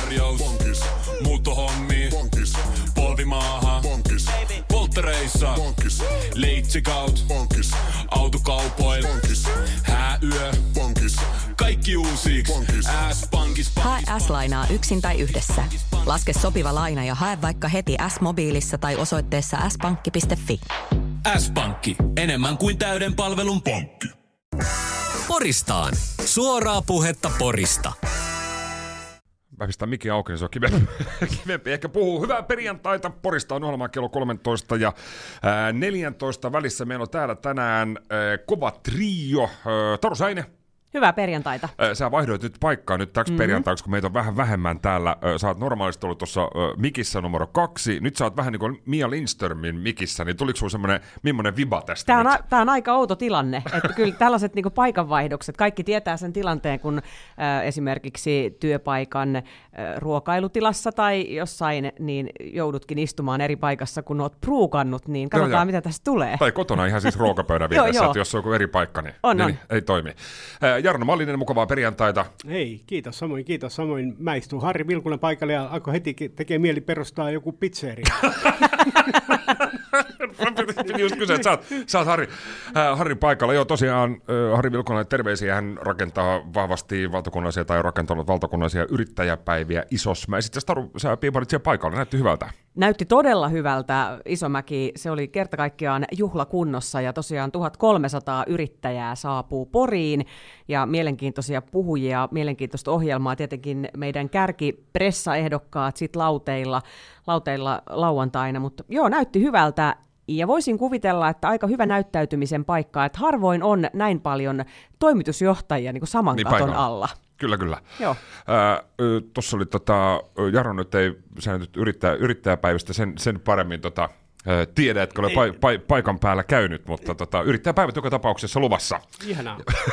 tarjous. Bonkis. Muuttohommi. Bonkis. Polvimaaha. Bonkis. Polttereissa. Bonkis. Leitsikaut. Bonkis. Autokaupoil. Bonkis. Hääyö. Bonkis. Kaikki uusiiksi. S-pankis. Hae S-lainaa yksin tai yhdessä. Laske sopiva laina ja hae vaikka heti S-mobiilissa tai osoitteessa s-pankki.fi. S-pankki. Enemmän kuin täyden palvelun pankki. Poristaan. Suoraa puhetta Porista. Mä pistän mikin auki, niin se on kivempi. Ehkä puhuu. Hyvää perjantaita. Porista on ohjelma kello 13 ja 14 välissä. Meillä on täällä tänään kova trio. Taru Säine. Hyvää perjantaita. Sä vaihdoit nyt paikkaa nyt täksi perjantaiksi, kun meitä on vähän vähemmän täällä. Sä oot normaalisti ollut tuossa mikissä numero 2. Nyt sä oot vähän niin kuin Mia Lindströmin mikissä, niin tuliko sulla semmoinen, millainen viba tästä Tämä on aika outo tilanne. Että kyllä tällaiset niin kuin paikanvaihdokset, kaikki tietää sen tilanteen, kun esimerkiksi työpaikan ruokailutilassa tai jossain, niin joudutkin istumaan eri paikassa, kun oot pruukannut, niin katsotaan, mitä tästä tulee. Tai kotona ihan siis ruokapöydän vieressä, että jos on joku eri paikka, niin, niin ei toimi. Jarno Mallinen, mukavaa perjantaita. Hei, kiitos samoin. Mä istun Harri Vilkunen paikalle ja alkoi heti tekee mieli perustaa joku pizzeria. Just kyse, että sä oot Harri paikalla. Joo, tosiaan Harri Vilkunen, terveisiä. Hän rakentaa vahvasti valtakunnallisia tai on rakentanut valtakunnallisia yrittäjäpäiviä Isosmäessä. Sitten Taru, sä piiparit siellä paikalla. Näytti hyvältä. Näytti todella hyvältä. Isomäki, se oli kerta kaikkiaan juhlakunnossa ja tosiaan 1300 yrittäjää saapuu Poriin ja mielenkiintoisia puhujia, mielenkiintoista ohjelmaa, tietenkin meidän kärkipressaehdokkaat sit lauteilla lauantaina, mutta joo, näytti hyvältä. Ja voisin kuvitella, että aika hyvä näyttäytymisen paikka, että harvoin on näin paljon toimitusjohtajia niin kuin saman katon alla. Kyllä. Joo. Tuossa oli Jaro nyt ei sä nyt yrittäjäpäivistä sen paremmin tiedä, että olen paikan päällä käynyt, mutta yrittäjäpäivät joka tapauksessa luvassa. Ihanaa.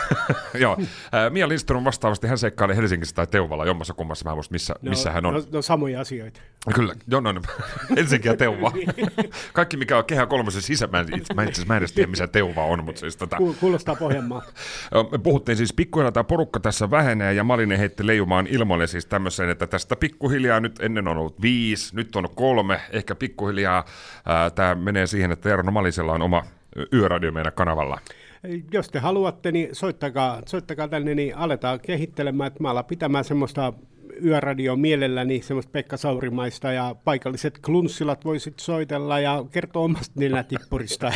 Joo. Mia Lindström vastaavasti, hän seikkailee Helsingissä tai Teuvalla, jommassa kummassa, mä en muista missä hän on. No samoja asioita. Kyllä, Helsinki ja Teuva. Kaikki mikä on Kehä kolmosen sisä, mä en edes tiedä missä Teuva on, mutta siis Kuulostaa Pohjanmaa. Me puhuttiin siis pikkuhiljaa, tämä porukka tässä vähenee ja Malinen heitti leijumaan ilmoille siis tämmöisen, että tästä pikkuhiljaa nyt ennen on ollut 5, nyt on 3, ehkä pikkuhiljaa tämä menee siihen, että Jarno Malisella on oma yöradio meidän kanavalla. Jos te haluatte, niin soittakaa tänne, niin aletaan kehittelemään, että mä alan pitämään semmoista yöradio mielelläni, semmoista Pekka Saurimaista ja paikalliset klunssilat voisit soitella ja kertoa omasta nenätippurista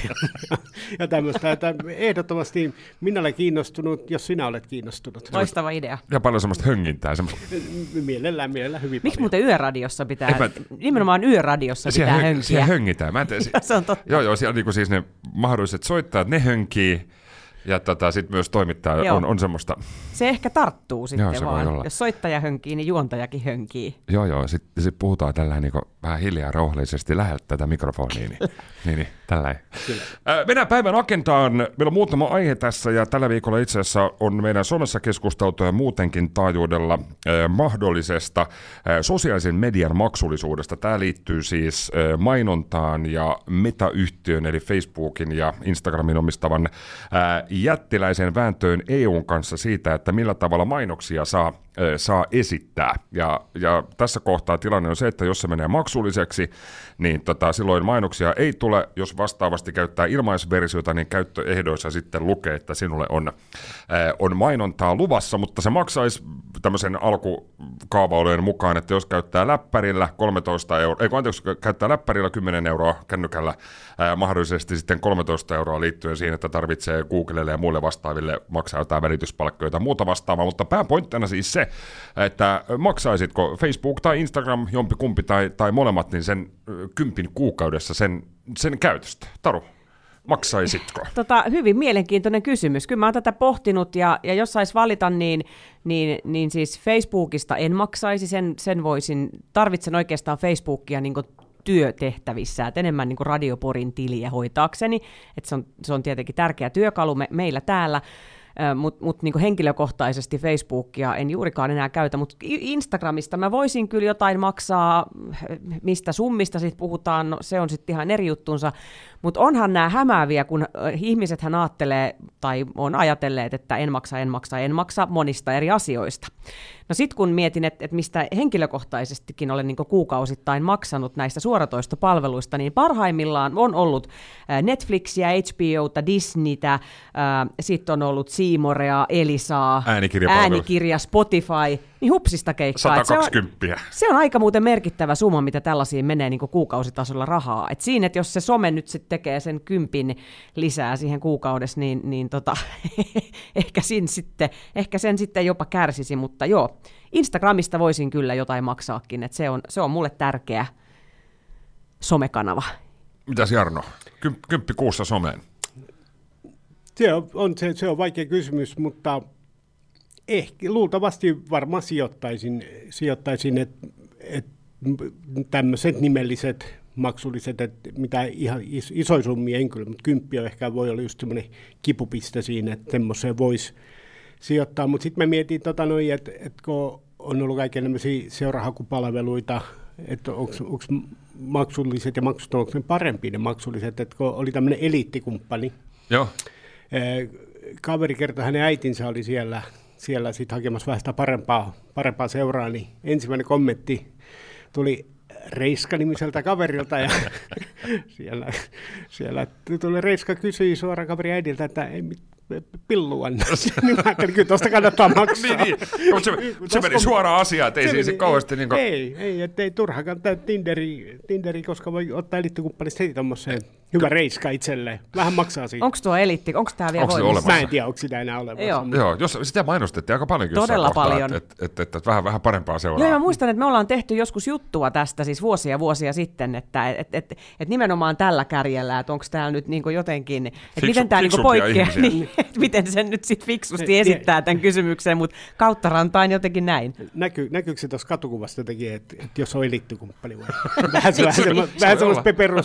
ja tämmöistä. Että ehdottomasti minä olen kiinnostunut, jos sinä olet kiinnostunut. Loistava idea. Ja paljon semmoista höngintää. Mielellään hyvin. Miksi muuten yöradiossa pitää, nimenomaan yöradiossa pitää hönkiä? Siellä höngitään. Se on totta. Joo, siellä niinku siis ne mahdolliset soittajat, ne hönkii. Ja sitten myös toimittaja on semmoista. Se ehkä tarttuu sitten vaan. Jos soittaja hönkii, niin juontajakin hönkii. Joo. Sitten puhutaan tällä niin vähän hiljaa rauhallisesti läheltä tätä mikrofonia. niin, tällä mennään päivän agendaan. Meillä on muutama aihe tässä ja tällä viikolla itse asiassa on meidän somessa keskusteltu ja muutenkin taajuudella mahdollisesta sosiaalisen median maksullisuudesta. Tämä liittyy siis mainontaan ja Meta-yhtiön eli Facebookin ja Instagramin omistavan jättiläisen vääntöön EUn kanssa siitä, että millä tavalla mainoksia saa esittää. Ja tässä kohtaa tilanne on se, että jos se menee maksulliseksi, niin silloin mainoksia ei tule. Jos vastaavasti käyttää ilmaisversiota, niin käyttöehdoissa sitten lukee, että sinulle on mainontaa luvassa, mutta se maksaisi tämmöisen alkukaavailujen mukaan, että jos käyttää läppärillä 10 euroa kännykällä, mahdollisesti sitten 13 euroa liittyen siihen, että tarvitsee Googlelle ja muille vastaaville maksaa jotain välityspalkkoja tai muuta vastaavaa, mutta pääpointtina siis se, että maksaisitko Facebook tai Instagram, jompikumpi tai molemmat, niin sen 10 kuukaudessa sen käytöstä. Taru, maksaisitko? Hyvin mielenkiintoinen kysymys. Kyllä mä oon tätä pohtinut ja jos sais valita, niin siis Facebookista en maksaisi, tarvitsen oikeastaan Facebookia niin kuin työtehtävissä, että enemmän niin kuin Radio Porin tiliä hoitaakseni, että se on tietenkin tärkeä työkalu meillä täällä. Mut niin kuin henkilökohtaisesti Facebookia en juurikaan enää käytä, mutta Instagramista mä voisin kyllä jotain maksaa, mistä summista sitten puhutaan, no, se on sitten ihan eri juttunsa, mutta onhan nämä hämääviä, kun ihmisethän ajattelee tai on ajatelleet, että en maksa monista eri asioista. No sitten kun mietin, että mistä henkilökohtaisestikin olen niin kuin kuukausittain maksanut näistä suoratoistopalveluista, niin parhaimmillaan on ollut Netflixiä, HBOta, Disneytä, sitten on ollut C Morea, Elisaa, äänikirja, Spotify, niin hupsista keikkaa. 120. Se on aika muuten merkittävä summa, mitä tällaisiin menee niin kuin kuukausitasolla rahaa. Et siinä, että jos se some nyt sitten tekee sen 10 lisää siihen kuukaudessa, niin ehkä sen sitten jopa kärsisi, mutta joo, Instagramista voisin kyllä jotain maksaakin, että se on mulle tärkeä somekanava. Mitäs Jarno? 10 kuussa someen? Se on vaikea kysymys, mutta ehkä luultavasti varmaan sijoittaisin että tämmöiset nimelliset maksulliset, että mitä ihan isoja summia en kyllä, mutta 10 ehkä voi olla just semmoinen kipupiste siinä, että semmoiseen voisi sijoittaa, mutta sitten mä mietin, että kun on ollut kaiken tämmöisiä seurahakupalveluita, että onko maksulliset ja maksuttomat, onko ne parempia ne maksulliset, että kun oli tämmöinen eliittikumppani. Joo. Kaveri kertoi, hänen äitinsä oli siellä sitten hakemassa vähän sitä parempaa seuraa, niin ensimmäinen kommentti tuli Reiska-nimiseltä kaverilta, ja siellä tuli Reiska kysyi suoraan kaverin äidiltä, että ei pillu anna. Niin mä ajattelin, kyllä tuosta kannattaa maksaa. niin. Se meni suoraan asiaan, että ei siis kauheasti niin kuin... Ei turhakaan tämä Tinderi, koska voi ottaa eliittikumppanista heti tommoseen hyvä Reiska itselleen. Vähän maksaa siitä. Onko tuo eliitti, onko tämä vielä voimassa? Mä en tiedä, onko sitä enää olemassa. Joo, jos sitä mainostettiin aika paljonkin. Todella paljon. Että vähän parempaa seuraa. Joo, mä muistan, että me ollaan tehty joskus juttua tästä siis vuosia sitten, että nimenomaan tällä kärjellä, että onko tämä nyt niin jotenkin, että miten tämä niin poikkeaa, niin, että miten sen nyt sitten fiksusti esittää tämän kysymyksen, mutta kautta rantain jotenkin näin. Näkyykö se tuossa katukuvasta jotenkin, että jos on eliittikumppani vai? Vähän semmoista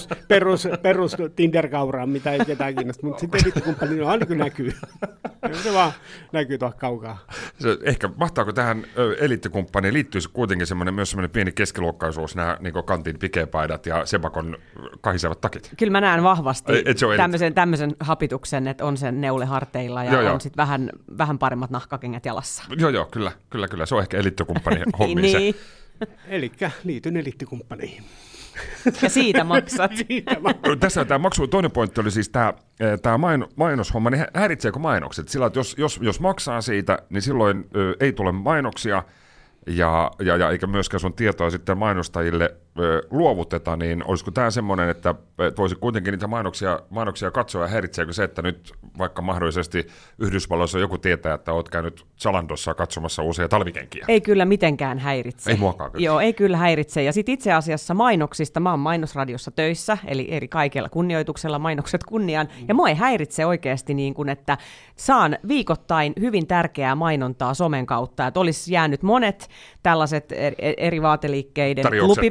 perus Tinder-kauraa, mitä ei ketään kiinnosta, mutta sitten eliittikumppani on aina kyllä näkyy. Se vaan näkyy tuolla kaukaa. Ehkä mahtaako tähän eliittikumppaniin liittyisi kuitenkin myös semmoinen pieni keskiluokkaisuus, nämä niin kantin pikepaidat ja Sebakon kahisevat takit? Kyllä mä näen vahvasti tämmöisen hapituksen, että on sen neule harteilla ja on sitten vähän paremmat nahkakengät jalassa. Joo, kyllä. Se on ehkä eliittikumppani hommi niin. Elikkä liityn eliittikumppaniin. Ja siitä maksat. Tässä tämä toinen pointti oli siis tämä mainoshomma, niin häiritseekö mainokset? Sillä, että jos maksaa siitä, niin silloin ei tule mainoksia, ja eikä myöskään sun tietoa sitten mainostajille luovuteta, niin olisiko tämä semmoinen, että voisi kuitenkin niitä mainoksia katsoa, ja häiritseekö se, että nyt vaikka mahdollisesti Yhdysvalloissa joku tietää, että olet käynyt Zalandossa katsomassa uusia talvikenkiä? Ei kyllä mitenkään häiritse. Ei muakaan kyllä. Joo, ei kyllä häiritse. Ja sitten itse asiassa mainoksista, mä oon mainosradiossa töissä, eli eri kaikella kunnioituksella mainokset kunniaan, ja mua ei häiritse oikeasti niin kuin, että saan viikoittain hyvin tärkeää mainontaa somen kautta, että olisi jäänyt monet tällaiset eri vaateliikkeiden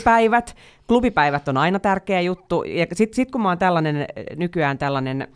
Klubipäivät on aina tärkeä juttu. Ja sit kun mä oon nykyään tällainen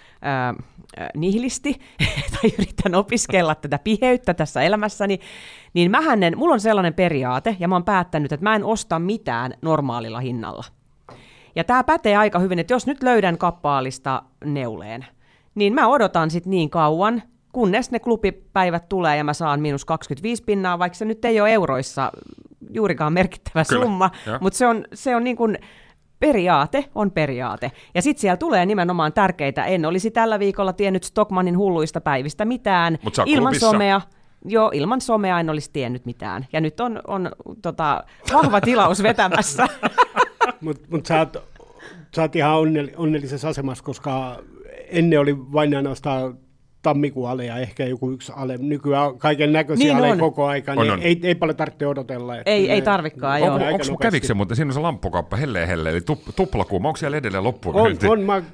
nihilisti, tai yritän opiskella tätä piheyttä tässä elämässäni, niin mulla on sellainen periaate, ja mä oon päättänyt, että mä en osta mitään normaalilla hinnalla. Ja tää pätee aika hyvin, että jos nyt löydän kappaalista neuleen, niin mä odotan sit niin kauan, kunnes ne klubipäivät tulee ja mä saan -25%, vaikka se nyt ei ole euroissa juurikaan merkittävä summa, mutta se on niin kuin periaate on periaate. Ja sitten siellä tulee nimenomaan tärkeitä. En olisi tällä viikolla tiennyt Stockmannin hulluista päivistä mitään. Ilman somea. Joo, ilman somea en olisi tiennyt mitään. Ja nyt on vahva tilaus vetämässä. Mut sä oot ihan onnellisessa asemassa, koska ennen oli vain ainoastaan tammikuun ale ja ehkä joku yksi ale. Nykyään kaiken näköisiä aleja koko aika, niin ei paljon tarvitse odotella. Ei tarvikaan, joo. Kävikö se, mutta siinä on se lamppukauppa helleen, eli tuplakuuma, onko siellä edelleen loppuun myynti? On,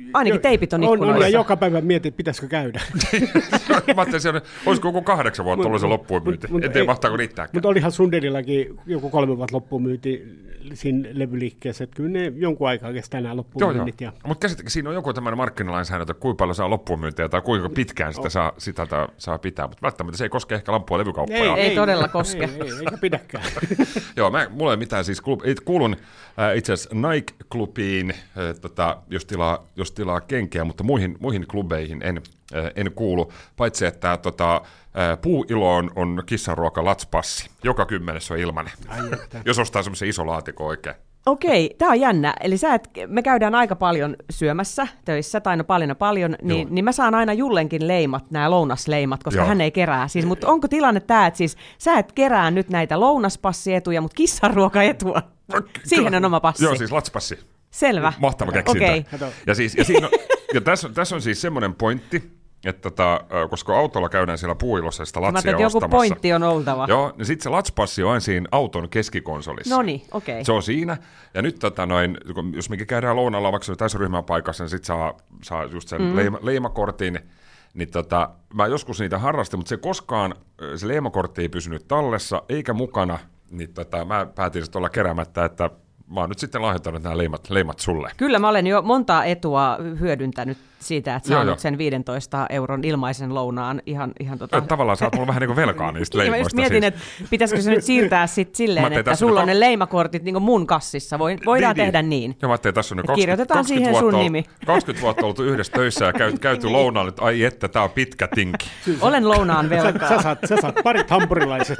Ainakin teipit on ikkunoissa. On, ja joka päivä mietin, pitäisikö käydä. Mä ajattelin, olisiko joku 8 vuotta ollut se loppuun myynti. En tiedä, mahtaako riittääkään. Mutta olihan Sundelillakin joku 3 vuotta loppuun myynti siinä levyliikkeessä, että kyllä ne jonkun aikaa kestää nämä loppuun myynnit. Mutta käsittääkö siinä on joku tämmöinen markkinalainsäädäntö, kuinka paljon saa loppuun myyntiä tai kuinka pitkään sitä saa pitää, mutta välttämättä se ei koske ehkä lampua levykauppoja. Ei todella koske. Ei, eikä pidäkään. Joo, mulla ei mitään, siis kuulun itse asiassa Nike-klubiin, jos tilaa kenkiä, mutta muihin klubeihin en kuulu, paitsi että puuiloon on kissanruoka latspassi. Joka 10 on ilmanen, jos ostaa semmoisen iso laatikon oikein. Okei, tämä on jännä. Eli me käydään aika paljon syömässä töissä, tai no paljon, niin mä saan aina Jullenkin leimat, nämä lounasleimat, koska hän ei kerää. Siis, mutta onko tilanne tämä, että siis sä et kerää nyt näitä lounaspassietuja, mutta kissanruokaetua? Siihen on oma passi. Joo, siis latspassi. Selvä. Mahtava keksintä. Okay. Ja tässä on siis semmoinen pointti, että koska autolla käydään siellä puuilossa sitä latsia ostamassa. Joku pointti on oltava. Joo, niin sitten se latspassi on aina siinä auton keskikonsolissa. No niin, okei. Se on siinä. Ja nyt jos mekin käydään lounalla vaikka tässä ryhmäpaikassa, niin sitten saa just sen leimakortin. Niin mä joskus niitä harrastin, mutta se leimakortti ei pysynyt tallessa eikä mukana. Niin mä päätin sitten olla keräämättä, että mä oon nyt sitten lahjoittanut nämä leimat sulle. Kyllä mä olen jo monta etua hyödyntänyt siitä, että saanut sen 15 € ilmaisen lounaan ihan Tavallaan sä oot mulla vähän niin kuin velkaa niistä leimoista. Mä just mietin, että pitäisikö se nyt siirtää sitten silleen, että sulla on ne leimakortit niin kuin mun kassissa. Voidaan tehdä niin. Joo, mä ajattelin, tässä on nyt kirjoitetaan siihen sun nimi. 20 vuotta oltu yhdessä töissä ja käyty lounaan, että ai että tää on pitkä tinki. Olen lounaan velkaa. Sä saat parit hampurilaiset.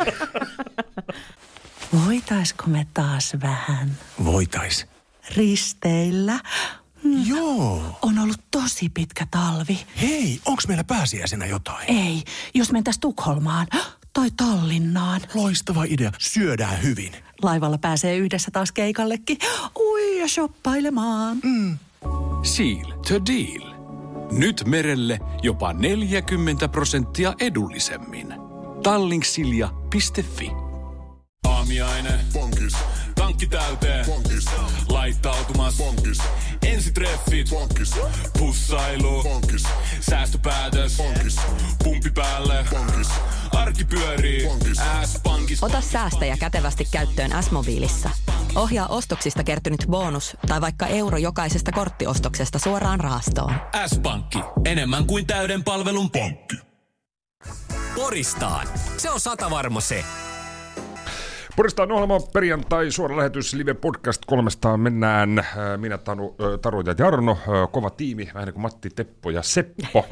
Voitaisko me taas vähän? Voitais. Risteillä? Joo. On ollut tosi pitkä talvi. Hei, onks meillä pääsiäisenä jotain? Ei, jos mentäis Tukholmaan tai Tallinnaan. Loistava idea, syödään hyvin. Laivalla pääsee yhdessä taas keikallekin. Ui, ja shoppailemaan. Seal to deal. Nyt merelle jopa 40% edullisemmin. Tallingsilja.fi. Aamiainen. Bonkis. Tankki täyteen. Bonkis. Laittautumas. Bonkis. Ensitreffit. Bonkis. Pussailu. Bonkis. Säästöpäätös. Bonkis. Pumpi päälle. Bonkis. Arki pyörii. S-pankis. Ota säästäjä kätevästi käyttöön S-mobiilissa. Ohjaa ostoksista kertynyt bonus tai vaikka euro jokaisesta korttiostoksesta suoraan rahastoon. S-pankki. Enemmän kuin täyden palvelun pankki. Poristaan. Se on satavarma se. Poristaan ohjelma perjantai, suora lähetys, live podcast 300 mennään. Minä Taru ja Jarno, kova tiimi, vähän niin kuin Matti, Teppo ja Seppo.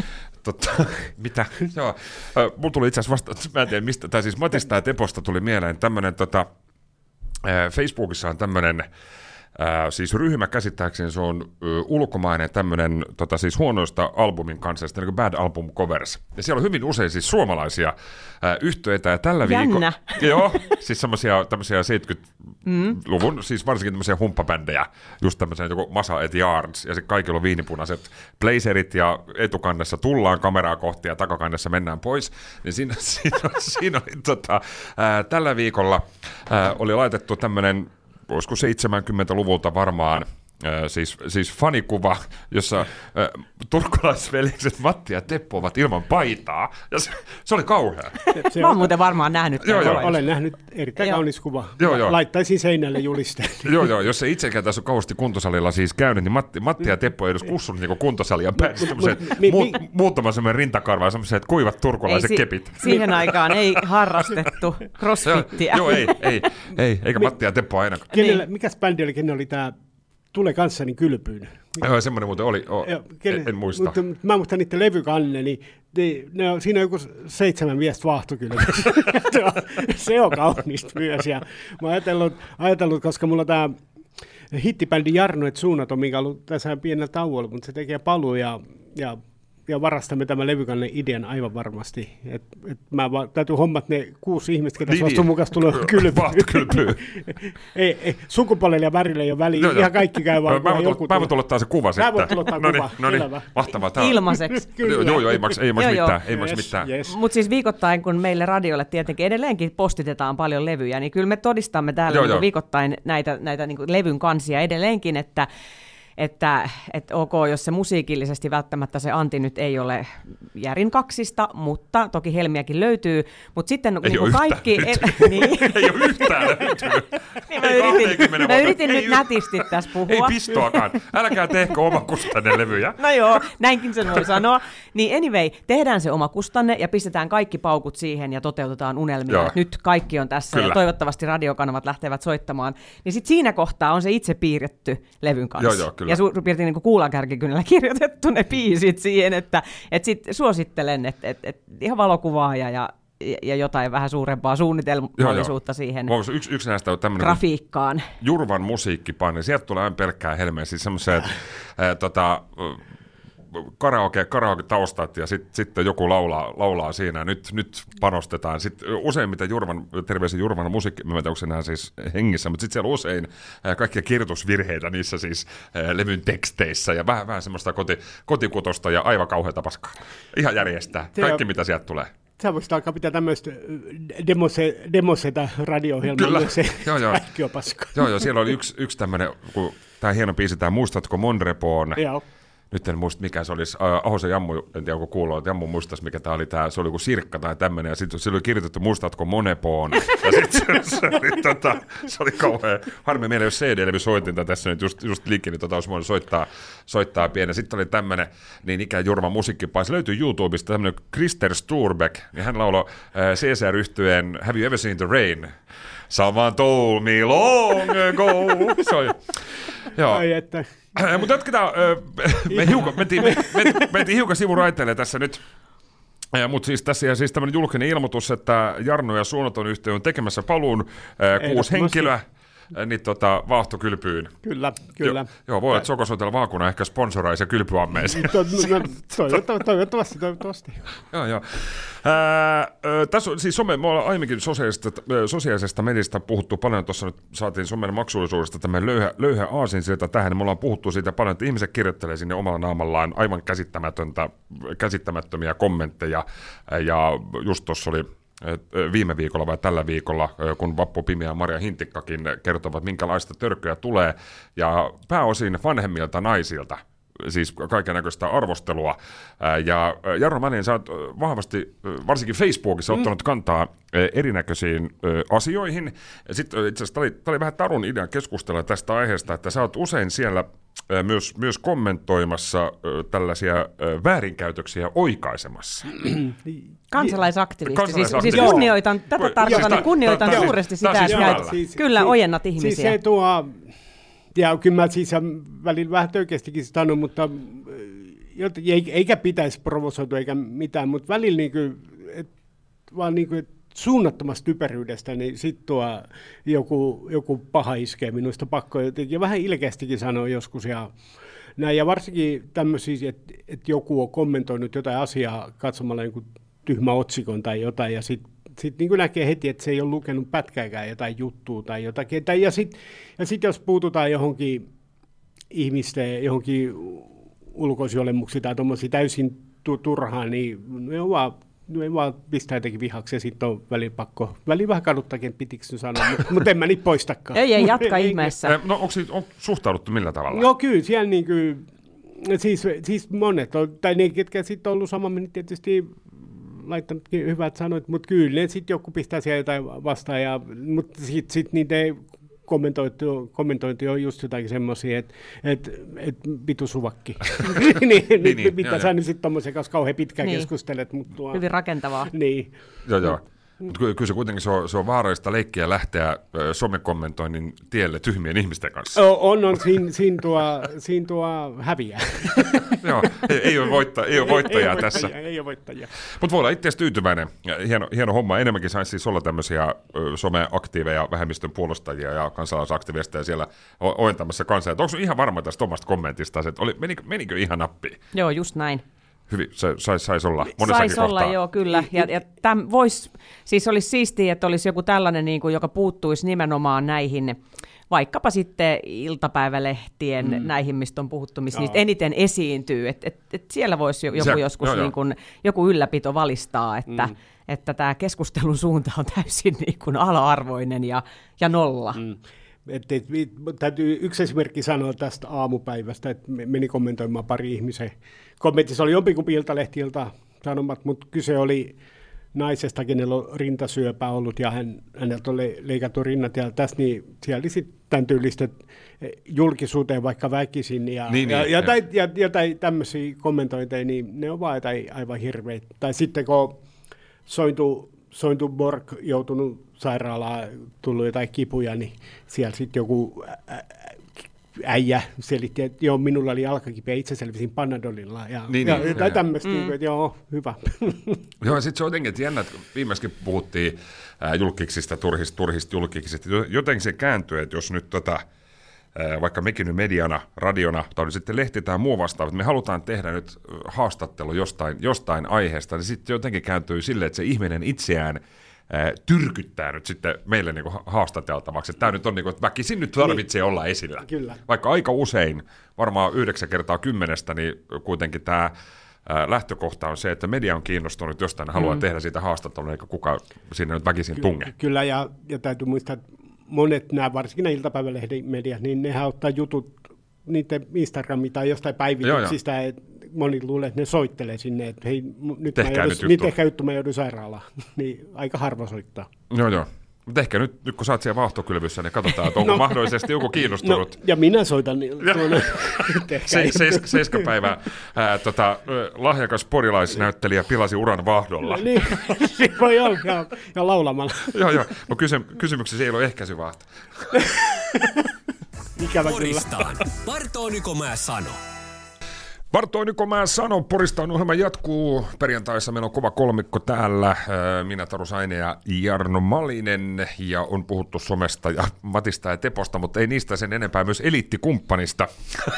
Mitä? Joo. Mulla tuli itse asiassa vasta, mä en tiedä mistä, tai siis Matista ja Teposta tuli mieleen tämmönen, Facebookissa on tämmönen, siis ryhmä käsittääkseni se on ulkomainen tämmöinen siis huonoista albumin kanssa, niin kuin Bad Album Covers. Ja siellä on hyvin usein siis suomalaisia yhtyeitä ja tällä viikolla. Joo, siis tämmöisiä 70-luvun, siis varsinkin tämmöisiä humppabändejä, just tämmöisiä joku Masa et Yarns, ja sitten kaikilla on viinipunaiset blazerit ja etukannessa tullaan kameraa kohti ja takakannessa mennään pois. Niin siinä oli tällä viikolla oli laitettu tämmöinen, olisiko 70-luvulta varmaan, siis fanikuva, jossa turkulaisveljekset Matti ja Teppo ovat ilman paitaa, ja se oli kauhea. Mä oon muuten varmaan nähnyt. Olen nähnyt erittäin kaunis kuva. Joo. Laittaisin seinälle julisteen. Joo, jos se itsekään tässä on kauheasti kuntosalilla siis käynyt, niin Matti ja Teppo ei edes kussunut niinku kuntosalia päästä. Muutama semmoinen rintakarva ja semmoiset kuivat turkulaiset kepit. Siihen aikaan ei harrastettu crossfittiä. Joo, ei, eikä Matti ja Teppo ainakaan. Mikäs bändi oli, kenen oli tää Tule kanssani kylpyyn? Semmoinen muuten oli, en muista. Mutta mä muistan niiden levykanne, niin siinä on joku 7 miestä vaahtokylpyssä. Se on kaunista myös. Ja mä oon ajatellut, koska mulla on tää hittibändi Jarno et Suunnaton, mikä on ollut tässä pienellä tauolla, mutta se tekee paluu ja varastamme tämän levykannen idean aivan varmasti. Mä täytyy hommat ne 6 ihmistä, ketä suostuu mukaan tulee kylpyyn. ei, sukupuolelle ja värille ei ole väliä. Ihan kaikki käy vaan. Mä voin tulottaa se kuva sitten. Mä voin tulottaa kuva. No niin, mahtavaa. Ilmaiseksi. Joo, ei maksa mitään. Yes. Mutta siis viikoittain, kun meille radiolle tietenkin edelleenkin postitetaan paljon levyjä, niin kyllä me todistamme täällä viikoittain näitä niin kuin levyn kansia edelleenkin, että että ok, jos se musiikillisesti välttämättä se anti nyt ei ole järin kaksista, mutta toki helmiäkin löytyy, mutta sitten ei niin kaikki... Niin. Ei ole yhtään löytynyt. Niin mä yritin nyt nätisti tässä puhua. Ei pistoakaan. Älkää tehkö omakustanne levyjä. No joo, näinkin sen voi sanoa. Niin anyway, tehdään se omakustanne ja pistetään kaikki paukut siihen ja toteutetaan unelmia. Nyt kaikki on tässä Kyllä. ja toivottavasti radiokanavat lähtevät soittamaan. Niin sitten siinä kohtaa on se itse piirretty levyn kanssa. Joo, kyllä. Ja suurin piirtein niin kuulankärkikynällä kirjoitettu ne biisit siihen, että sit suosittelen, että ihan valokuvaaja ja jotain vähän suurempaa suunnitelmallisuutta siihen yksi näistä on tämmöinen grafiikkaan. Jurvan musiikkipaine. Sieltä tulee aina pelkkää helmeä. Siis semmoiset karaoke-taustat ja sitten joku laulaa siinä. Nyt panostetaan. Sitten useimmiten terveisen Jurvan musiikki, mä en tiedä, onko se enää siis hengissä, mutta sitten siellä usein kaikkia kirjoitusvirheitä niissä siis levyn teksteissä ja vähän semmoista kotikutosta ja aivan kauheata paskaa. Ihan järjestää. Kaikki mitä sieltä tulee. Sä voisit alkaa pitää tämmöistä demoseta radio-ohjelmaa. Kyllä, joo. Kaikki on paskaa. Joo, siellä oli yksi tämmöinen, kun tämä hieno biisi, tämä Muistatko Monrepoon? Joo. Nyt en muista, mikä se olisi. Ahosen Jammu, en tiedä, onko kuuluu, että Jammu muistaisi, mikä tämä oli. Se oli joku Sirkka tai tämmöinen, ja sitten se oli kirjoitettu Muistatko Monepoon? Ja sitten se oli kauhean. Harmi, meillä ei ole CD-levy soitinta tässä nyt just liikkeelle, niin olisi voinut soittaa pieni. Sitten oli tämmöinen niin ikään Jurvan musiikkipaine. Se löytyy YouTubesta tämmöinen Krister Sturbeck, ja hän lauloi CSR-yhtyeen Have You Ever Seen the Rain? Someone told me long ago. Joo. Ai että. Mutta jatketaan, mentiin hiukan sivuraiteille tässä nyt. Mutta siis tässä ja siis tämmöinen julkinen ilmoitus, että Jarno ja Suunnaton yhtiö on tekemässä paluun 6 henkilöä. Niin vaahtokylpyyn. Kyllä. Joo, voi olla, että Sokosotel Vaakuna ehkä sponsoroisi ja kylpyammeeseen. Toivottavasti. Joo. Tässä on siis me ollaan aiemminkin sosiaalisesta mediasta puhuttu paljon, tuossa nyt saatiin somen maksullisuudesta tämmöinen löyhä aasinsilta tähän, niin me ollaan puhuttu siitä paljon, että ihmiset kirjoittelee sinne omalla naamallaan aivan käsittämättömiä kommentteja, ja just tuossa oli viime viikolla vai tällä viikolla, kun Vappu Pimeä ja Marja Hintikkakin kertovat, minkälaista törkyä tulee, ja pääosin vanhemmilta naisilta, siis kaikennäköistä arvostelua. Ja Jarno Mällinen, sä oot vahvasti, varsinkin Facebookissa, ottanut kantaa erinäköisiin asioihin. Sitten itse asiassa tämä oli vähän Tarun idea keskustella tästä aiheesta, että sä oot usein siellä myös kommentoimassa tällaisia väärinkäytöksiä oikaisemassa. Kansalaisaktivisti. Siis kunnioitan, tätä tarkoitan, kunnioitan suuresti sitä, että kyllä ojennat ihmisiä. Siis se tuo, ja kyllä mä siis välillä vähän töykeästikin sanon, mutta eikä pitäisi provosoitua eikä mitään, mutta välillä vaan suunnattomasta typeryydestä, niin sitten tuo joku paha iskee minusta pakko jotenkin, vähän ilkeästikin sanoa joskus, ja näin, ja varsinkin tämmöisiä, että joku on kommentoinut jotain asiaa katsomalla jonkun tyhmä otsikon tai jotain, ja sitten niin näkee heti, että se ei ole lukenut pätkääkään jotain juttua tai jotakin, ja sitten jos puututaan johonkin ihmisten, johonkin ulkoisolemuksiin tai tuommoisia täysin turhaan, niin ne vaan pistää jotenkin vihaksi ja sitten on väliin vähän kaduttakin, pitikö sanoa, mutta en mä niitä poistakaan. Ei jatka ihmeessä. No on suhtauduttu millä tavalla? Joo, kyllä, siellä siis monet, tai ne, ketkä sitten on ollut saman, niin tietysti laittanutkin hyvät sanoit, mutta kyllä ne sitten joku pistää siellä jotain vastaan, mutta sitten niitä kommentointi on just jotakin semmoisia, että vitu suvakki. Mitä sä nyt sitten tommoisen kanssa kauhean pitkään keskustelet. Hyvin rakentavaa. Niin. Joo. Mutta kyllä se kuitenkin se on vaarallista leikkiä lähteä somekommentoinnin tielle tyhmien ihmisten kanssa. Siinä tuo häviää. Joo, ei ole voittajaa tässä. Ei ole voittajia. Mutta voi olla itseäsi tyytyväinen. Hieno homma. Enemmänkin saisi siis olla tämmöisiä someaktiiveja, vähemmistön puolustajia ja kansalaisaktivisteja siellä ojentamassa kansaa. Onko sinun ihan varma tästä omasta kommentista, että menikö ihan nappiin? Joo, just näin. Hyvin, saisi olla monessakin saisi kohtaa. olla, joo, kyllä. Ja siis olisi siistiä, että olisi joku tällainen, niin kuin, joka puuttuisi nimenomaan näihin, vaikkapa sitten iltapäivälehtien näihin, mistä on puhuttu, missä niistä eniten esiintyy. Et siellä voisi joku joskus niin kuin, joku ylläpito valistaa, että tämä keskustelun suunta on täysin niin kuin ala-arvoinen ja nolla. Täytyy yksi esimerkki sanoa tästä aamupäivästä, että meni kommentoimaan pari ihmisen kommentissa. Oli jompikumpi Iltalehti-ilta sanomat, mutta kyse oli naisesta, kenellä on rintasyöpä ollut ja häneltä on leikattu rinnat ja tässä, niin siellä oli sitten tämän tyylistä julkisuuteen vaikka väkisin ja jotain tämmöisiä kommentointeja, niin ne on vaan aivan hirveitä. Tai sitten kun Sointu Borg joutunut sairaalaan, tullut jotain kipuja, niin siellä sitten joku äijä selitti, että joo, minulla oli jalkakipeä, itse selvisin Panadolilla. Tai tämmöistä, että joo, hyvä. Joo, sitten se on jotenkin jännä, että viimeiskin puhuttiin julkiksista, turhista julkiksista. Jotenkin se kääntyy, että jos nyt vaikka mekin nyt mediana, radiona, tai sitten lehti tai muu vastaava, että me halutaan tehdä nyt haastattelu jostain aiheesta, niin sitten jotenkin kääntyy silleen, että se ihminen itseään tyrkyttää nyt sitten meille niin kuin haastateltavaksi. Tämä nyt on niin kuin, että väkisin nyt tarvitsee olla esillä. Kyllä. Vaikka aika usein, varmaan 9 kertaa 10, niin kuitenkin tämä lähtökohta on se, että media on kiinnostunut jostain, haluaa tehdä siitä haastattelua, eikä kukaan sinne nyt väkisin tunge. Kyllä, ja täytyy muistaa, että monet nämä, varsinkin nämä iltapäivälehden mediat, niin nehän ottaa jutut niiden Instagramiin tai jostain päivityksistä, että moni luulee, että ne soittelee sinne, että hei, nyt tehkää juttu, mä joudun sairaalaan. Niin aika harva soittaa. Joo. Mutta ehkä nyt kun sä oot siellä vaahtokylvyssä, niin katsotaan, että onko mahdollisesti joku kiinnostunut. Ja minä soitan tuonne. 7 päivää lahjakas porilaisnäyttelijä pilasi uran vaahdolla. Niin voi olla, ja laulamalla. Joo. No kysymyksessä ei ole ehkäisyvaahto. Ikävä Poristaan. Bartoo Nykomaa sano. Bartoo Nykomaa sano. Poristaan ohjelma jatkuu. Perjantaissa meillä on kova kolmikko täällä. Minä, Taru Saine ja Jarno Malinen. Ja on puhuttu somesta ja Matista ja Teposta, mutta ei niistä sen enempää, myös eliittikumppanista.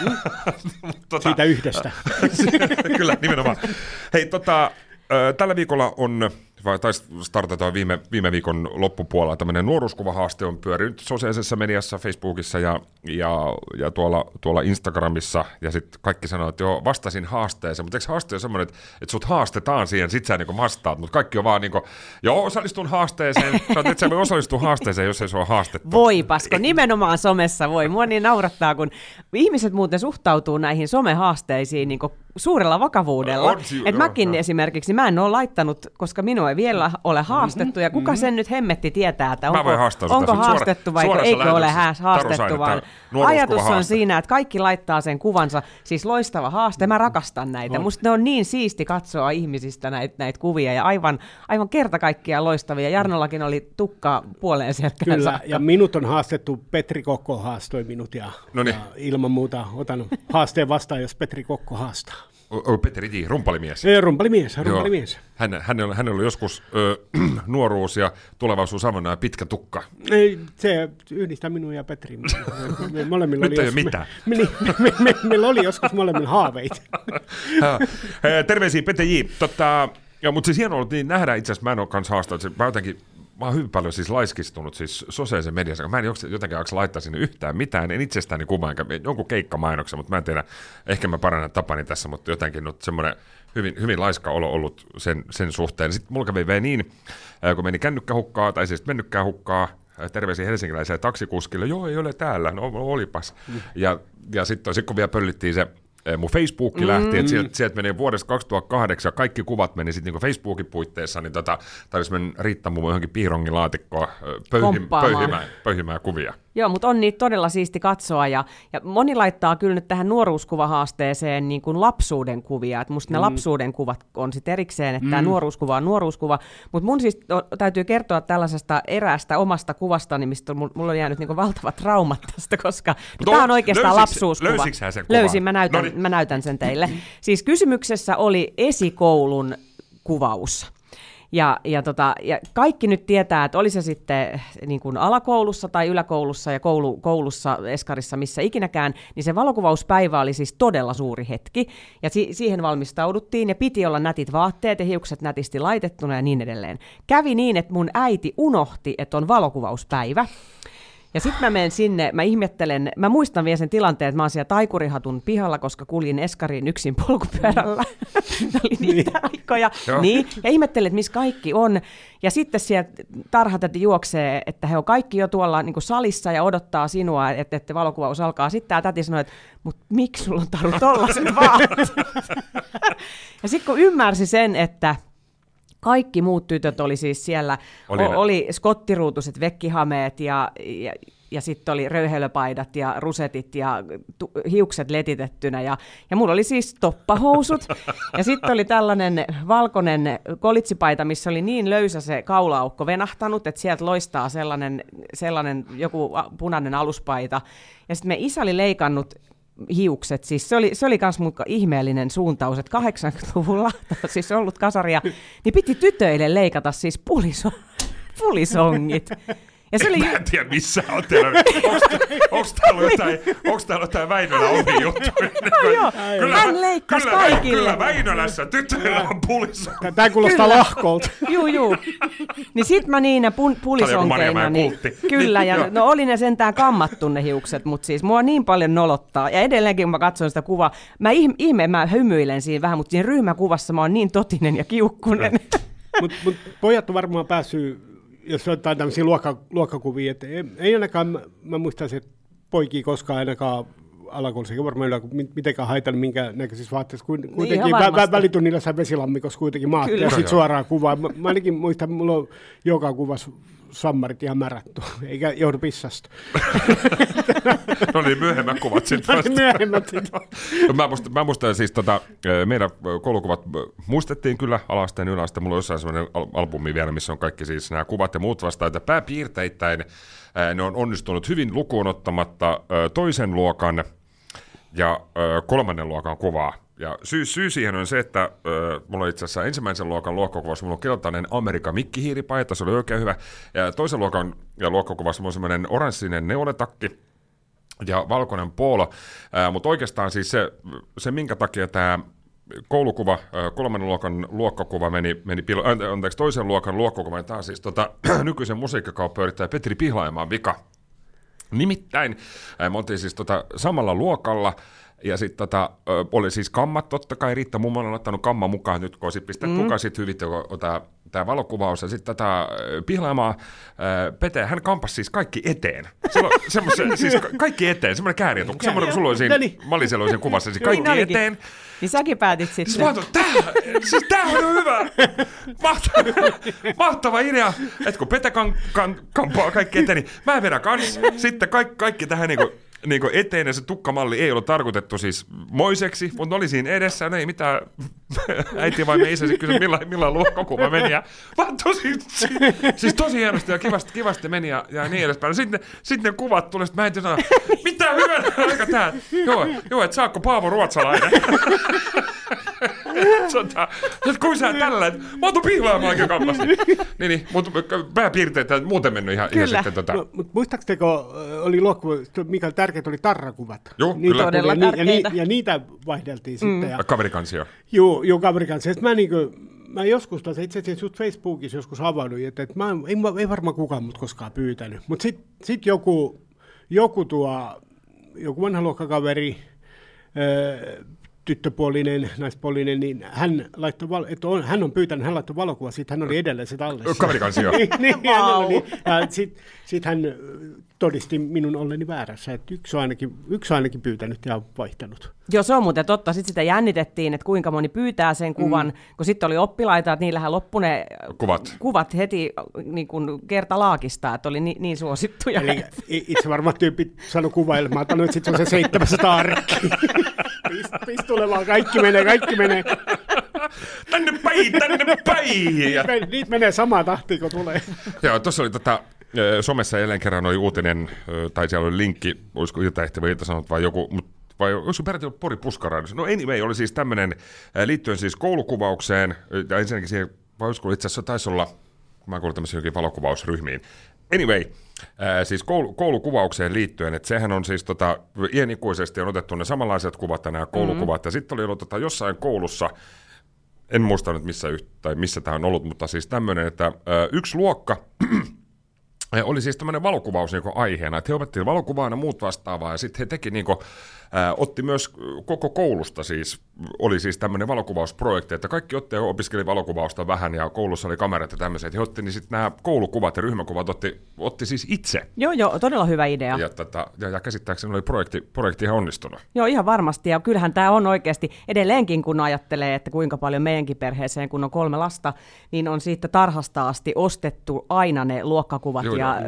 Siitä yhdestä. Kyllä, nimenomaan. Hei, tällä viikolla startataan viime viikon loppupuolella tämmöinen nuoruuskuvahaaste on pyörinyt sosiaalisessa mediassa, Facebookissa ja tuolla Instagramissa, ja sitten kaikki sanoo, että joo, vastasin haasteeseen, mutta eikö haaste ole semmoinen, että sut haastetaan siihen, sit sä niin vastaat, mutta kaikki on vaan niin kuin, joo, osallistun haasteeseen, et sä voi osallistua haasteeseen, jos ei se ole haastettu. Voi pasko, nimenomaan somessa voi. Mua niin naurattaa, kun ihmiset muuten suhtautuu näihin somehaasteisiin niin suurella vakavuudella. Mäkin esimerkiksi, mä en ole laittanut, koska minua ei vielä ole haastettu, ja kuka sen nyt hemmetti tietää, että onko haastettu vai eikö ole haastettu, vaan ajatus on siinä, että kaikki laittaa sen kuvansa, siis loistava haaste, mä rakastan näitä. Musta ne on niin siisti katsoa ihmisistä näitä kuvia, ja aivan kerta kaikkiaan loistavia. Jarnollakin oli tukka puoleen selkäänsä. Kyllä, ja minut on haastettu, Petri Kokko haastoi minut, ja ilman muuta otan haasteen vastaan, jos Petri Kokko haastaa. Petteri J., rumpalimies. Rumpalimies. Hänellä oli joskus nuoruus ja tulevaisuus avannut ja pitkä tukka. Ei, se yhdistää minua ja Petri. Nyt ei ole mitään. Meillä oli joskus molemmilla haaveita. Terveisiä Petteri J. Mutta siis hienoa ollut niin nähdä, itse asiassa mä en ole kanssa haastanut, mä oon hyvin paljon siis laiskistunut siis sosiaalisen mediassa, mä en jotenkin jaksa laittaa sinne yhtään mitään, en itsestäni kuvaa, jonkun keikkamainoksen, mutta mä en tiedä, ehkä mä parannan tapani tässä, mutta jotenkin nyt semmoinen hyvin laiska olo ollut sen suhteen. Sitten mulla kävi niin, kun meni kännykkähukkaa, tai siis mennykkää hukkaa, terveisiä helsinkiläiselle taksikuskille, joo ei ole täällä, no olipas. Ja sitten kun vielä pöllittiin se, mun Facebook lähti, että sieltä meni vuodesta 2008, kaikki kuvat meni sitten niinku Facebookin puitteissa, niin tarvitsisi mennä Riitta mummo johonkin piirongilaatikkoon pöyhimään kuvia. Joo, mutta on niitä todella siisti katsoa, ja moni laittaa kyllä nyt tähän nuoruuskuvahaasteeseen niin kuin lapsuuden kuvia, että musta ne lapsuuden kuvat on sitten erikseen, että tämä nuoruuskuva on nuoruuskuva, mutta mun siis täytyy kertoa tällaisesta eräästä omasta kuvastani, mistä mulla on jäänyt niin kuin valtavat traumat tästä, koska tämä on oikeastaan lapsuuskuva. Löysitkö hän sen kuvan? Löysin, mä näytän sen teille. Siis kysymyksessä oli esikoulun kuvaus. Ja kaikki nyt tietää, että oli se sitten niin kuin alakoulussa tai yläkoulussa ja koulussa, eskarissa, missä ikinäkään, niin se valokuvauspäivä oli siis todella suuri hetki. Ja siihen valmistauduttiin ja piti olla nätit vaatteet ja hiukset nätisti laitettuna ja niin edelleen. Kävi niin, että mun äiti unohti, että on valokuvauspäivä. Ja sitten mä menen sinne, mä ihmettelen, mä muistan vielä sen tilanteen, että mä oon siellä Taikurihatun pihalla, koska kuljin Eskariin yksin polkupyörällä. Ne oli niitä aikoja. Niin, ja ihmettelen, että missä kaikki on. Ja sitten sieltä tarhatäti juoksee, että he on kaikki jo tuolla niin kuin salissa ja odottaa sinua, että valokuvaus alkaa. Sitten tämä täti sanoi, että mut miksi sulla on Taru tollaset vaatteet? Ja sitten kun ymmärsi sen, että kaikki muut tytöt oli siis siellä, oli skottiruutuiset vekkihameet ja sitten oli röyhelöpaidat ja rusetit ja hiukset letitettynä ja mulla oli siis toppahousut ja sitten oli tällainen valkoinen kolitsipaita, missä oli niin löysä se kaulaaukko venahtanut, että sieltä loistaa sellainen joku punainen aluspaita ja sitten me isä oli leikannut hiukset, siis se oli kans mun ihmeellinen suuntaus, että 80-luvulla, siis ollut kasaria, niin piti tytöille leikata siis pulisongit. Ja se oli... Mä en tiedä, missä on teillä. Onko täällä jotain Väinölä omi juttu? Joo, hän leikkasi kaikille. Kyllä Väinölässä tytöillä on pulisongit. Tämä kuulostaa lahkolta. Juu. Niin sit mä niinä pulisonkeina, niin kyllä, ja no oli ne sentään kammattu ne hiukset, mutta siis mua niin paljon nolottaa. Ja edelleenkin, kun mä katson sitä kuvaa, mä hymyilen siinä vähän, mutta siinä ryhmäkuvassa mä oon niin totinen ja kiukkunen. Mut pojat on varmaan päässyt, jos otetaan tämmöisiä luokkakuvia, että ei ainakaan, mä muistaisin, että poikia koskaan ainakaan alakoulussa, eikä varmaan mitenkään haitannut minkä näköisissä vaatteissa. Kuitenkin välitunnilla sai vesilammikossa kuitenkin maat ja sitten suoraan kuvaa. Mä ainakin muistan, että mulla on joka kuvassa sammarit ihan märätty, eikä joudu pissasta. No niin, myöhemmät kuvat sitten vasta. Myöhemmät. Mä muistan siis, meidän koulukuvat muistettiin kyllä alasteen yläasteen. Mulla on jossain sellainen albumi vielä, missä on kaikki siis nämä kuvat ja muut vastaan, että pääpiirteittäin ne on onnistunut hyvin lukuun ottamatta toisen luokan ja kolmannen luokan kuvaa. Ja syy siihen on se, että mulla on itse asiassa ensimmäisen luokan luokkakuvassa, mulla on keltainen Amerikan mikkihiiripaita, se oli oikein hyvä. Ja toisen luokan luokkakuvassa mulla on semmoinen oranssinen neuletakki ja valkoinen poolo. Mutta oikeastaan siis se, minkä takia tämä koulukuva, kolmannen luokan luokkakuva toisen luokan luokkakuva, tämä on siis nykyisen musiikkikauppayrittäjä Petri Pihlaimaan vika. Nimittäin me oltiin siis samalla luokalla, ja sitten oli siis kammat, totta kai Riitta mummo on ottanut kamman mukaan nyt, kun pistää mukaan sitten hyvin tämä valokuvaus, ja sitten Pihlaimaa Pete, hän kampasi siis kaikki eteen. Siis kaikki eteen, semmoinen kääriätukko, semmoinen kun sulla oli siinä, mä olin siellä kuvassa, siis kaikki eteen. Niin säkin päätit sitten. Siis mä ajattelin, tää on hyvä, mahtava idea, että kun Pete kampaa kaikki eteen, niin mä vedän kanssa sitten kaikki tähän niinku eteen, ja se tukkamalli ei ollut tarkoitettu siis moiseksi, mutta oli siinä edessä, ei mitään äiti vai me isä, kysyi millainen luokkakuva meni, ja vaan siis tosi hienosti ja kivasti meni ja niin edespäin. Sitten ne kuvat tuli, sitten mä en sanoa, mitä hyvänä aika tää, joo, et saakko Paavo Ruotsalainen. Kuin sä tällä, mä oon Pihlaimaa oikein kampasi. Niin, mutta pääpiirteitä muuten mennyt ihan sitten Mutta muistaakseko, oli luokkuva, mikä tärkeät oli tarrakuvat? Joo, niin, kyllä. Todella tärkeitä. Ja niitä vaihdeltiin sitten. Ja kaverikansia. Joo, kaverikansia. Mä joskus taas itse asiassa just Facebookissa joskus havainnut, että ei varmaan kukaan mut koskaan pyytänyt. Mutta sit joku vanha luokkakaveri, tyttöpuolinen, naispuolinen, niin hän on pyytänyt, hän laittoi valokuva, sitten hän oli edelleen se tallessa. Kaverikansio. Sitten hän todisti minun olleni väärässä, että yksi on ainakin pyytänyt ja vaihtanut. Joo, se on muuten totta. Sitten sitä jännitettiin, että kuinka moni pyytää sen kuvan, kun sitten oli oppilaita, että niillähän loppui ne kuvat heti niin kuin kertalaakista, että oli niin suosittuja. Eli itse varmaan tyypit sanoi kuvailemaan, että nyt sitten on se 700 arkki. Pistulemaan, kaikki menee. Tänne päin! Niitä menee samaan tahtiin, kun tulee. Joo, tuossa oli somessa jälleen kerran oli uutinen, tai siellä oli linkki, olisiko Ilta-Ehti vai Ilta-Sanomat vai joku, vai olisiko peräti ollut Pori Puskarainen? No anyway, oli siis tämmöinen liittyen siis koulukuvaukseen, ja ensinnäkin siihen, vai olisiko itse asiassa taisi olla, kun mä kuulin tämmöisiin jokin valokuvausryhmiin. Anyway, siis koulukuvaukseen liittyen, että sehän on siis iänikuisesti on otettu ne samanlaiset kuvat ja nämä koulukuvat, ja sitten oli ollut jossain koulussa, en muista nyt missä tämä on ollut, mutta siis tämmöinen, että yksi luokka oli siis tämmöinen valokuvaus niin aiheena, että he opettiin valokuvaa ja muut vastaavaa, ja sitten he teki otti myös koko koulusta siis, oli siis tämmöinen valokuvausprojekti, että kaikki otti ja opiskeli valokuvausta vähän, ja koulussa oli kamerat ja tämmöiset, he otti niin sitten nämä koulukuvat ja ryhmäkuvat otti siis itse. Joo, todella hyvä idea. Ja käsittääkseni oli projekti ihan onnistunut. Joo, ihan varmasti, ja kyllähän tämä on oikeasti edelleenkin, kun ajattelee, että kuinka paljon meidänkin perheeseen, kun on 3 lasta, niin on siitä tarhasta asti ostettu aina ne luokkakuvat,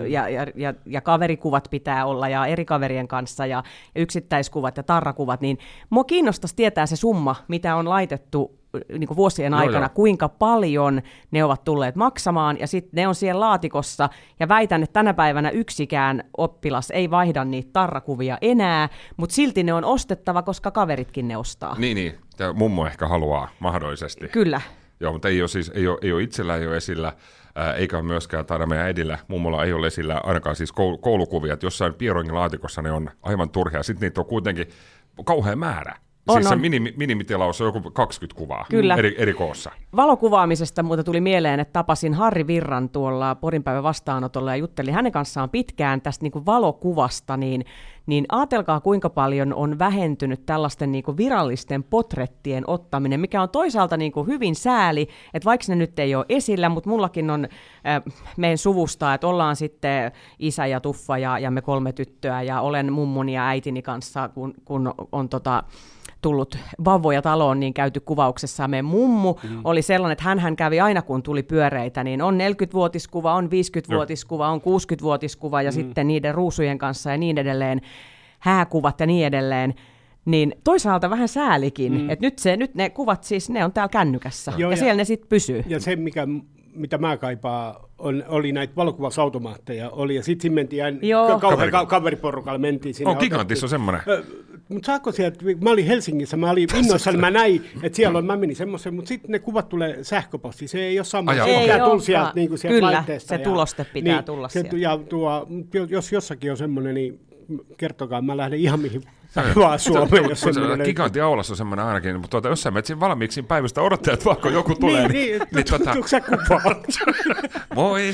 ja kaverikuvat pitää olla, ja eri kaverien kanssa, ja yksittäiskuvat ja tarrakuvat, niin mua kiinnostaisi tietää se summa, mitä on laitettu niin kuin vuosien aikana, kuinka paljon ne ovat tulleet maksamaan, ja sitten ne on siellä laatikossa, ja väitän, että tänä päivänä yksikään oppilas ei vaihda niitä tarrakuvia enää, mutta silti ne on ostettava, koska kaveritkin ne ostaa. Niin, ja mummo ehkä haluaa mahdollisesti. Kyllä. Joo, mutta ei ole itsellä ei ole esillä, eikä ole myöskään taida meidän edillä. Mummolla ei ole esillä ainakaan siis koulukuvia, että jossain pierongin laatikossa ne on aivan turhia. Sitten niitä on kuitenkin kauhea määrä. Se minimitilaus on joku 20 kuvaa eri koossa. Valokuvaamisesta muuta tuli mieleen, että tapasin Harri Virran tuolla Porinpäivän vastaanotolla ja juttelin hänen kanssaan pitkään tästä niin kuin valokuvasta, niin ajatelkaa kuinka paljon on vähentynyt tällaisten niin kuin virallisten potrettien ottaminen, mikä on toisaalta niin kuin hyvin sääli, että vaikka ne nyt ei ole esillä, mutta mullakin on meidän suvusta, että ollaan sitten isä ja tuffa ja me 3 tyttöä ja olen mummoni ja äitini kanssa, kun on tullut vauvoja taloon, niin käyty kuvauksessa. Meidän mummu oli sellainen, että hän kävi aina, kun tuli pyöreitä, niin on 40-vuotiskuva, on 50-vuotiskuva, on 60-vuotiskuva ja sitten niiden ruusujen kanssa ja niin edelleen, hääkuvat ja niin edelleen. Niin toisaalta vähän säälikin, että nyt ne kuvat siis, ne on täällä kännykässä ja siellä ne sitten pysyy. Ja se, mitä mä kaipaan, oli näitä valokuvasautomaatteja, ja sitten mentiin kaveriporukalla mentiin sinne. Gigantissa on semmoinen. Mutta saako sieltä, mä olin Helsingissä, mä olin innoissani, mä näin, että siellä on, mä menin semmoisen, mutta sitten ne kuvat tulee sähköposti, se ei ole sama, se pitää tulla sieltä niin sieltä laitteesta. Kyllä, se tuloste pitää tulla sieltä. Ja jos jossakin on semmoinen, niin kertokaa, mä lähden ihan mihin vaan Suomeen, jos semmoinen löytyy. Gigantti aulassa on semmoinen ainakin, mutta jos sä menet siinä valmiiksi päivästä odottajat, vaikka joku tulee. Tuutko sä kuvaa? Moi!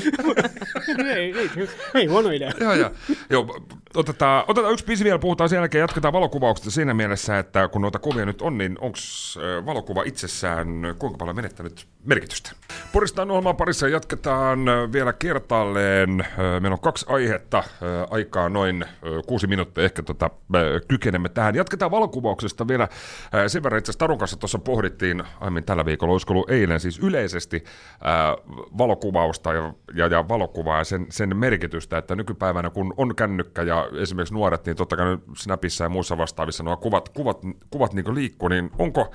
Ei huono idea. Joo, otetaan yksi biisi vielä, puhutaan sen jälkeen, jatketaan valokuvauksesta siinä mielessä, että kun noita kuvia nyt on, niin onko valokuva itsessään kuinka paljon menettänyt merkitystä? Poristaan ohjelman parissa jatketaan vielä kertaalleen. Meillä on 2 aihetta, aikaa noin 6 minuuttia, ehkä kykenemme tähän. Jatketaan valokuvauksesta vielä sen verran, itse asiassa Tarun kanssa tuossa pohdittiin aiemmin tällä viikolla, olisiko ollut eilen siis yleisesti valokuvausta ja valokuvaa ja sen merkitystä, että nykypäivänä kun on kännykkä ja esimerkiksi nuoret, niin totta kai Snapissa ja muissa vastaavissa nuo kuvat niin liikkuu, niin onko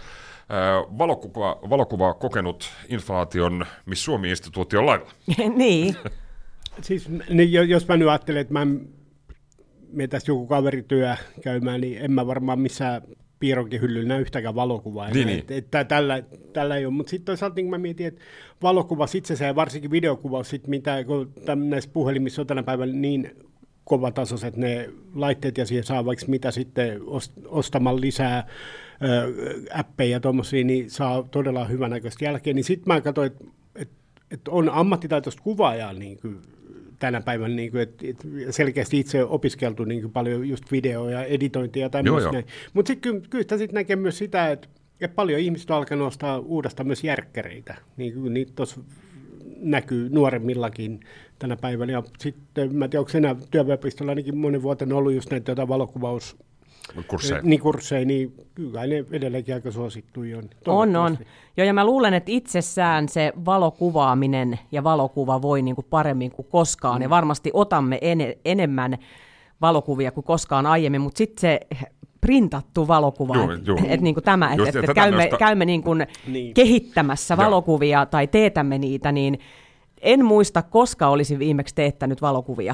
valokuva kokenut inflaation Miss Suomi-instituution lailla? Niin. Siis jos mä nyt ajattelen, että mä menen tästä joku kaverityö käymään, niin en mä varmaan missään piironkin hyllyllä näy yhtäkään valokuvaa. Niin. Tällä ei ole, mutta sitten toisaalta niin mä mietin, että valokuvas itsensä ja varsinkin videokuvaus, sit mitä kun näissä puhelimissa on tänä päivänä niin kovatasoiset ne laitteet ja siihen saa vaikka mitä sitten ostamalla lisää appeja ja tuommoisia, niin saa todella hyvänäköistä jälkeen. Niin sitten mä katsoin, että on ammattitaitoista kuvaajaa niin kuin tänä päivänä, niin kuin, että selkeästi itse opiskeltu niin kuin paljon just videoa ja editointia ja tämmöistä. Mutta sitten kyllä sitten näkee myös sitä, että paljon ihmiset on alkanut ostaa uudestaan myös järkkäreitä. Niin niitä tuossa näkyy nuoremmillakin tänä päivänä. Ja sitten, mä en tiedä, onko enää työväenpistolla ainakin monen vuoten ollut just näitä valokuvaus kursseja, niin kyllä ne edelleenkin aika suosittuja on. On. Joo, ja mä luulen, että itsessään se valokuvaaminen ja valokuva voi niin kuin paremmin kuin koskaan, ja varmasti otamme enemmän valokuvia kuin koskaan aiemmin, mutta sitten se printattu valokuva, että niin kuin tämä, että käymme niin kuin kehittämässä valokuvia tai teetämme niitä, niin en muista, koska olisin viimeksi teettänyt valokuvia.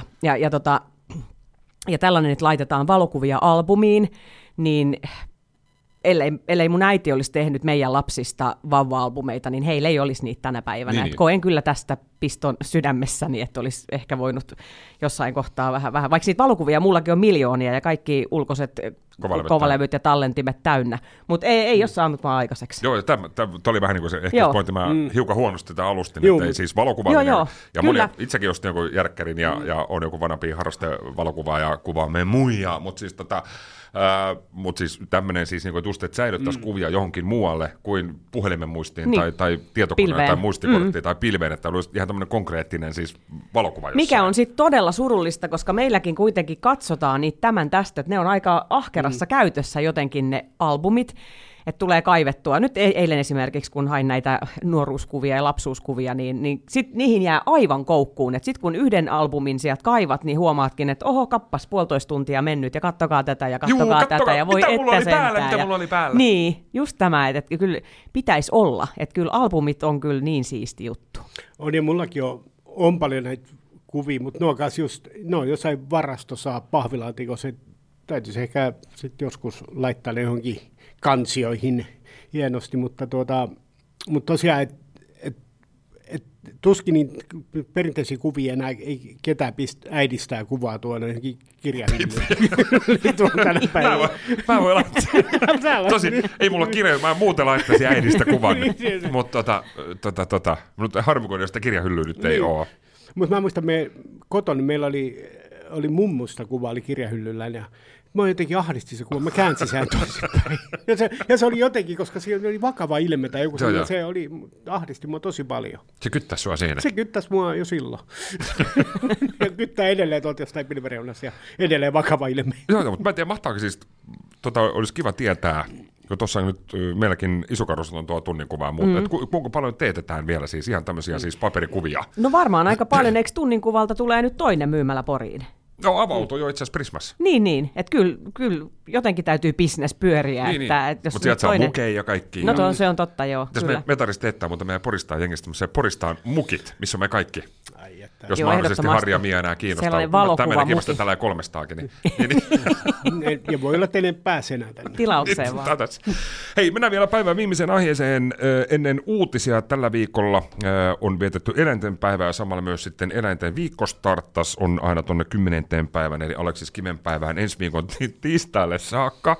Ja tällainen, että laitetaan valokuvia albumiin, niin ellei mun äiti olisi tehnyt meidän lapsista vauva-albumeita, niin heillä ei olisi niitä tänä päivänä. Niin. Koen kyllä tästä piston sydämessäni, että olisi ehkä voinut jossain kohtaa vähän, vaikka siitä valokuvia mullakin on miljoonia ja kaikki ulkoiset kovalevyt ja tallentimet täynnä, mutta ei ole saanut vaan aikaiseksi. Joo, tämä oli vähän niin kuin se ehkä pointti, mä hiukan huonosti tätä alustin, että ei siis valokuvallinen. Ja moni, itsekin just joku järkkärin ja on joku vanhempi harrastevalokuvaa ja kuvaamme muijaa, mutta siis siis tämmöinen siis niinku just, että säilyttäisiin kuvia johonkin muualle kuin puhelimen muistiin tai tietokoneen tai muistikorttiin tai pilveen, että olisi ihan tämmöinen konkreettinen siis valokuva jossain. Mikä on sitten todella surullista, koska meilläkin kuitenkin katsotaan niitä tämän tästä, että ne on aika ahkerassa käytössä jotenkin ne albumit, että tulee kaivettua. Nyt eilen esimerkiksi, kun hain näitä nuoruuskuvia ja lapsuuskuvia, niin sit niihin jää aivan koukkuun. Että sitten kun yhden albumin sieltä kaivat, niin huomaatkin, että oho, kappas 1,5 tuntia mennyt ja kattokaa tätä ja kattokaa tätä. Ja voi mitä mulla oli päällä? Niin, just tämä, että kyllä pitäisi olla. Että kyllä albumit on kyllä niin siisti juttu. On ja mullakin on paljon näitä kuvia, mutta ne on jossain varastossa pahvilaatikossa. Täytyisi ehkä sitten joskus laittaa ne johonkin kansioihin hienosti, mutta tosiaan, tuskin niin perinteisiä kuvia enää ei ketään äidistää kuvaa tuonne johonkin kirjahyllyyn tänä päivänä. Mä voin laittaa. Tosin ei mulla kirja, mä muuten laittaisin äidistä kuvan, mutta mutta harmi, kun sitä kirjahyllyä nyt ei ole. Mutta mä muistan, kotona meillä oli mummusta kuva, oli kirjahyllyllä ja mä jotenkin ahdistin se kuva, mä käänsin sen toisinpäin. Ja se oli jotenkin, koska siinä oli vakava ilme tai joku, se ahdisti mua tosi paljon. Se kyttäisi sua siinä? Se kyttäisi mua jo silloin. Ja kyttää edelleen tuolta jostain pilvereunassa ja edelleen vakava ilme. Joo, mutta mä en tiedä, mahtaako siis, olisi kiva tietää, kun tuossa nyt meilläkin Isokarussa on tuo tunninkuvaa, mutta kuinka paljon teetetään vielä siis ihan tämmöisiä siis paperikuvia? No varmaan aika paljon, eikö tunninkuvalta tulee nyt toinen myymällä Poriin? No avautuu jo itse asiassa Prismassa. Niin, että kyllä jotenkin täytyy business pyöriä. Mutta sieltä saa mukeja ja kaikki. No se on totta, joo. Tässä me Metarissa teettää, mutta meidän Poristaan jengistä Poristaan mukit, missä on me kaikki. Jos joo, mahdollisesti Harri ja Mia enää kiinnostaa. Sellainen valokuva tämmöinen kiinnostaa tällä 300kin. Ja voi olla, että en pääse enää tänne. Tilaukseen vaan. Hei, mennään vielä päivän viimeiseen aiheeseen. Ennen uutisia tällä viikolla on vietetty eläintenpäivää ja samalla myös sitten eläinten viikkostarttas on aina tuonne 10. päivän, eli Aleksis Kiven päivään ensi viikon tiistaille saakka.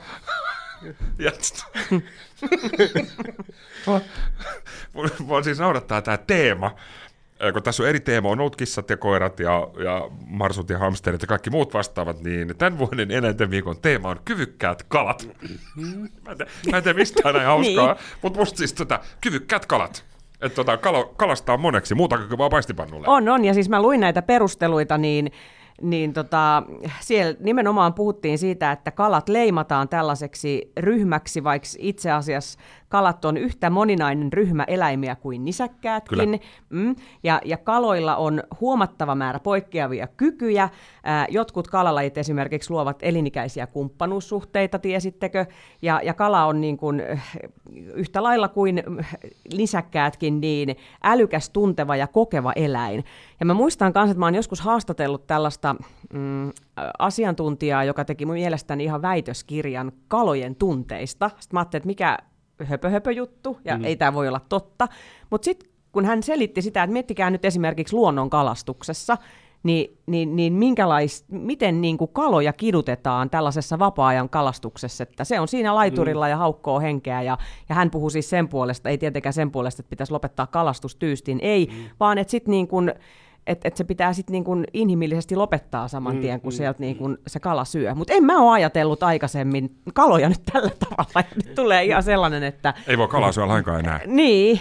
Voin siis noudattaa tämä teema. Kun tässä on eri teema, on ollut kissat ja koirat ja marsut ja hamsterit ja kaikki muut vastaavat, niin tämän vuoden eläinten viikon teema on kyvykkäät kalat. Mä en tiedä mistä on näin hauskaa, mutta musta siis kyvykkäät kalat. Että kalastaa moneksi, muuta kuin vaan paistipannulle. On, ja siis mä luin näitä perusteluita, niin siellä nimenomaan puhuttiin siitä, että kalat leimataan tällaiseksi ryhmäksi, vaikka itse asiassa kalat on yhtä moninainen ryhmä eläimiä kuin nisäkkäätkin. Ja kaloilla on huomattava määrä poikkeavia kykyjä. Jotkut kalalajit esimerkiksi luovat elinikäisiä kumppanuussuhteita, tiesittekö? Ja kala on niin kuin, yhtä lailla kuin nisäkkäätkin niin älykäs, tunteva ja kokeva eläin. Ja mä muistan myös, että mä oon joskus haastatellut tällaista asiantuntijaa, joka teki mun mielestäni ihan väitöskirjan kalojen tunteista. Sitten mä ajattelin, että mikä höpö juttu, ja ei tämä voi olla totta. Mutta sitten kun hän selitti sitä, että miettikää nyt esimerkiksi luonnon kalastuksessa, niin miten niin kuin kaloja kidutetaan tällaisessa vapaa-ajan kalastuksessa, että se on siinä laiturilla ja haukkoo henkeä, ja hän puhuu siis sen puolesta, ei tietenkään sen puolesta, että pitäisi lopettaa kalastus tyystin, ei, vaan että sitten niin kuin että se pitää sitten niin kuin inhimillisesti lopettaa saman tien, kun sieltä niin kuin se kala syö. Mutta en mä ole ajatellut aikaisemmin kaloja nyt tällä tavalla. Nyt tulee ihan sellainen, että ei voi kalaa syödä lainkaan enää. Niin.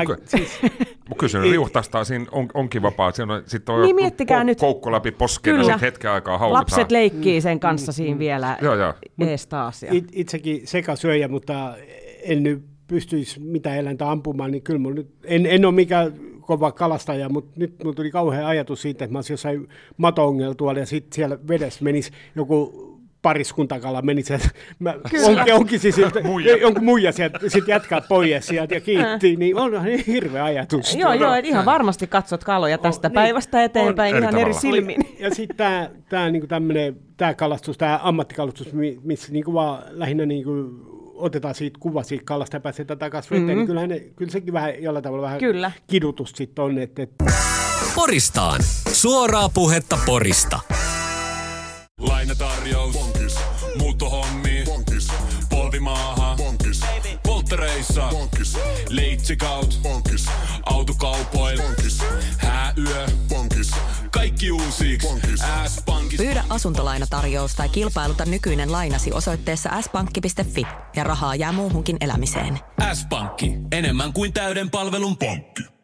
Kyllä se riuhtastaa, siinä onkin vapaa. Sitten on niin koukko läpi posken, ja hetken aikaa haukutaan. Lapset leikkii sen kanssa siinä vielä ees taas. Itsekin sekasyöjä, mutta en nyt pystyisi mitään eläintä ampumaan, niin kyllä nyt, en ole mikään kova kalastaja, mutta nyt minulla tuli kauhean ajatus siitä, että mä olisin jossain mato-ongeltuolla ja sitten siellä vedessä menisi joku pariskuntakala, menisi, että onkin siis jonkun muija sieltä, sitten jatkaa pois sieltä ja kiitti, niin on hirveä ajatus. Joo, ihan varmasti katsot kaloja tästä päivästä eteenpäin ihan eri silmin. Ja sitten tämä kalastus, tämä ammattikalastus, missä niinku vaan lähinnä niinku otetaan siitä kuva siitä kallasta ja päästetään takaisin veteen, niin kyllä sekin vähän jollain tavalla vähän kidutus sitten on. Poristaan. Suoraa puhetta Porista. Lainatarjous. Bonkis. Muuttohommi. Bonkis. Polvimaaha. Bonkis. Polttereissa. Bonkis. Leitsikaut. Bonkis. Autokaupoil. Bonkis. Hääyö. Bonkis. Kaikki uusiiksi. S-pankki. Pyydä asuntolainatarjous tai kilpailuta nykyinen lainasi osoitteessa s-pankki.fi ja rahaa jää muuhunkin elämiseen. S-pankki. Enemmän kuin täyden palvelun pankki.